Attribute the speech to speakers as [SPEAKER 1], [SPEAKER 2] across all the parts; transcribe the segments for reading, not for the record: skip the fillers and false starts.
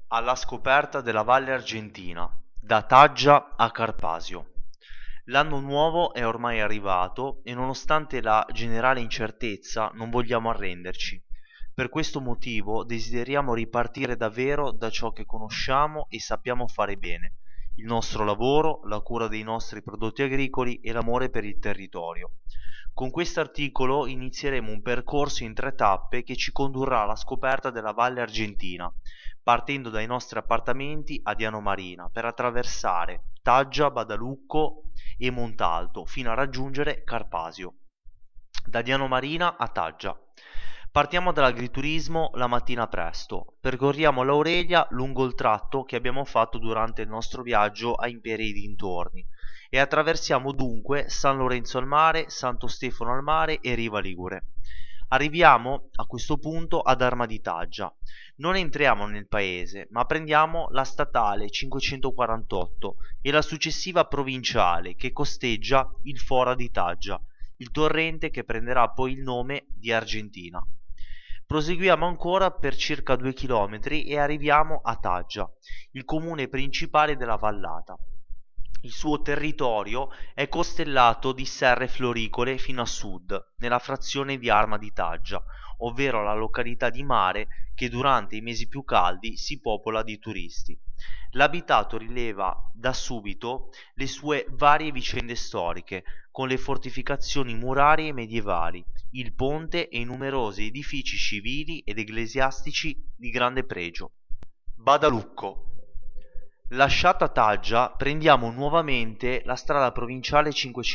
[SPEAKER 1] Alla scoperta della Valle Argentina, da Taggia a Carpasio. L'anno nuovo è ormai arrivato e nonostante la generale incertezza non vogliamo arrenderci. Per questo motivo desideriamo ripartire davvero da ciò che conosciamo e sappiamo fare bene: il nostro lavoro, la cura dei nostri prodotti agricoli e l'amore per il territorio. Con quest'articolo inizieremo un percorso in 3 tappe che ci condurrà alla scoperta della Valle Argentina, partendo dai nostri appartamenti a Diano Marina per attraversare Taggia, Badalucco e Montalto fino a raggiungere Carpasio. Da Diano Marina a Taggia. Partiamo dall'agriturismo la mattina presto, percorriamo l'Aurelia lungo il tratto che abbiamo fatto durante il nostro viaggio a Imperia e dintorni e attraversiamo dunque San Lorenzo al mare, Santo Stefano al mare e Riva Ligure. Arriviamo a questo punto ad Arma di Taggia. Non entriamo nel paese, ma prendiamo la statale 548 e la successiva provinciale che costeggia il Fora di Taggia, il torrente che prenderà poi il nome di Argentina. Proseguiamo ancora per circa 2 chilometri e arriviamo a Taggia, il comune principale della vallata. Il suo territorio è costellato di serre floricole fino a sud, nella frazione di Arma di Taggia, ovvero la località di mare che durante i mesi più caldi si popola di turisti. L'abitato rileva da subito le sue varie vicende storiche, con le fortificazioni murarie medievali, il ponte e i numerosi edifici civili ed ecclesiastici di grande pregio. Badalucco. Lasciata Taggia, prendiamo nuovamente la strada provinciale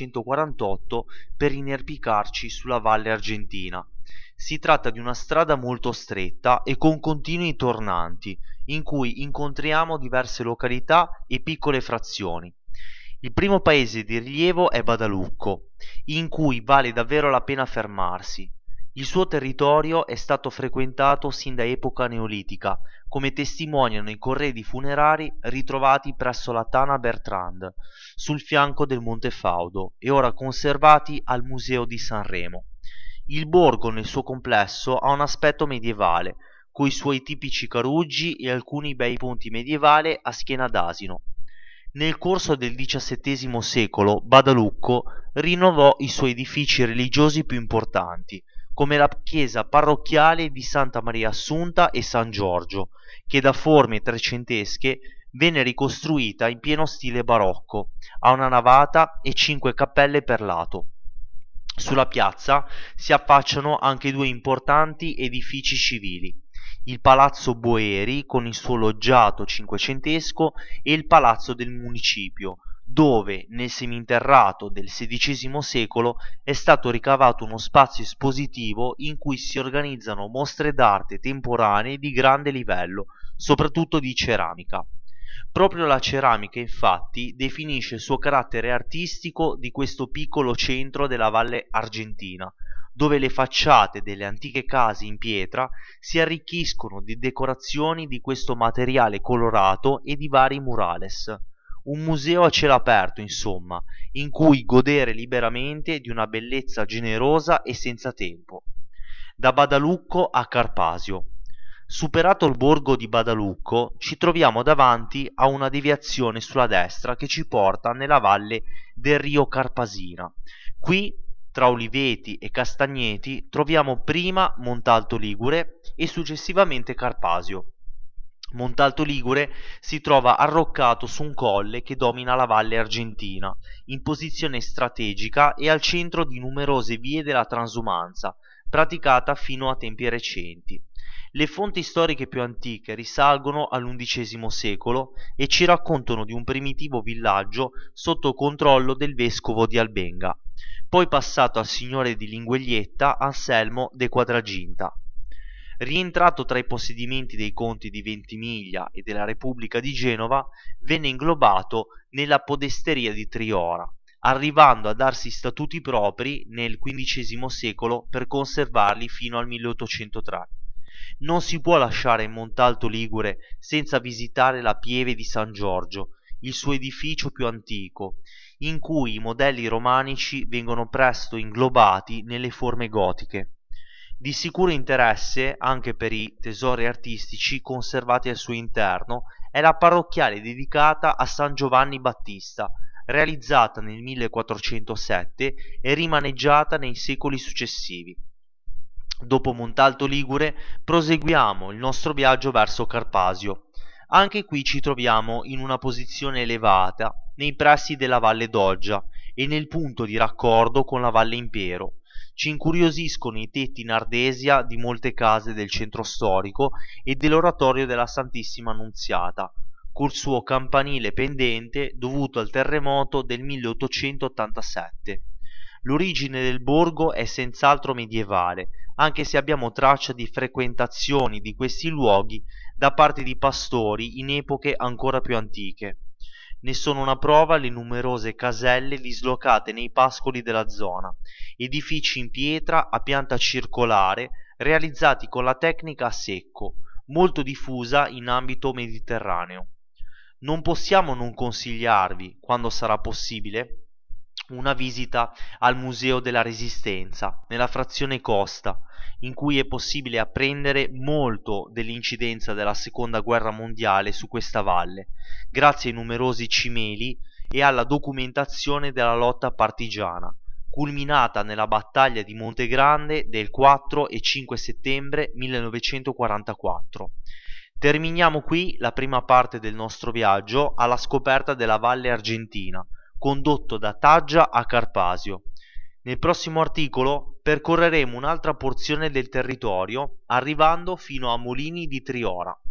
[SPEAKER 1] 548 per inerpicarci sulla Valle Argentina. Si tratta di una strada molto stretta e con continui tornanti, in cui incontriamo diverse località e piccole frazioni. Il primo paese di rilievo è Badalucco, in cui vale davvero la pena fermarsi. Il suo territorio è stato frequentato sin da epoca neolitica, come testimoniano i corredi funerari ritrovati presso la Tana Bertrand, sul fianco del Monte Faudo, e ora conservati al Museo di Sanremo. Il borgo nel suo complesso ha un aspetto medievale, coi suoi tipici caruggi e alcuni bei ponti medievali a schiena d'asino. Nel corso del XVII secolo Badalucco rinnovò i suoi edifici religiosi più importanti, come la chiesa parrocchiale di Santa Maria Assunta e San Giorgio, che da forme trecentesche venne ricostruita in pieno stile barocco, ha una navata e 5 cappelle per lato. Sulla piazza si affacciano anche 2 importanti edifici civili: il Palazzo Boeri con il suo loggiato cinquecentesco e il Palazzo del Municipio, dove nel seminterrato del XVI secolo è stato ricavato uno spazio espositivo in cui si organizzano mostre d'arte temporanee di grande livello, soprattutto di ceramica. Proprio la ceramica, infatti, definisce il suo carattere artistico di questo piccolo centro della Valle Argentina, dove le facciate delle antiche case in pietra si arricchiscono di decorazioni di questo materiale colorato e di vari murales. Un museo a cielo aperto, insomma, in cui godere liberamente di una bellezza generosa e senza tempo. Da Badalucco a Carpasio. Superato il borgo di Badalucco, ci troviamo davanti a una deviazione sulla destra che ci porta nella valle del Rio Carpasina. Qui, tra oliveti e castagneti, troviamo prima Montalto Ligure e successivamente Carpasio. Montalto Ligure si trova arroccato su un colle che domina la Valle Argentina, in posizione strategica e al centro di numerose vie della transumanza, praticata fino a tempi recenti. Le fonti storiche più antiche risalgono all'undicesimo secolo e ci raccontano di un primitivo villaggio sotto controllo del vescovo di Albenga, poi passato al signore di Lingueglietta Anselmo de Quadraginta. Rientrato tra i possedimenti dei conti di Ventimiglia e della Repubblica di Genova, venne inglobato nella podesteria di Triora, arrivando a darsi statuti propri nel XV secolo per conservarli fino al 1803. Non si può lasciare Montalto Ligure senza visitare la Pieve di San Giorgio, il suo edificio più antico, in cui i modelli romanici vengono presto inglobati nelle forme gotiche. Di sicuro interesse, anche per i tesori artistici conservati al suo interno, è la parrocchiale dedicata a San Giovanni Battista, realizzata nel 1407 e rimaneggiata nei secoli successivi. Dopo Montalto Ligure proseguiamo il nostro viaggio verso Carpasio. Anche qui ci troviamo in una posizione elevata, nei pressi della Valle d'Oggia e nel punto di raccordo con la Valle Impero. Ci incuriosiscono i tetti in ardesia di molte case del centro storico e dell'oratorio della Santissima Annunziata, col suo campanile pendente dovuto al terremoto del 1887. L'origine del borgo è senz'altro medievale, anche se abbiamo traccia di frequentazioni di questi luoghi da parte di pastori in epoche ancora più antiche. Ne sono una prova le numerose caselle dislocate nei pascoli della zona, edifici in pietra a pianta circolare realizzati con la tecnica a secco, molto diffusa in ambito mediterraneo. Non possiamo non consigliarvi, quando sarà possibile, una visita al Museo della Resistenza, nella frazione Costa, in cui è possibile apprendere molto dell'incidenza della Seconda Guerra Mondiale su questa valle, grazie ai numerosi cimeli e alla documentazione della lotta partigiana, culminata nella battaglia di Montegrande del 4 e 5 settembre 1944. Terminiamo qui la prima parte del nostro viaggio alla scoperta della Valle Argentina, condotto da Taggia a Carpasio. Nel prossimo articolo percorreremo un'altra porzione del territorio, arrivando fino a Molini di Triora.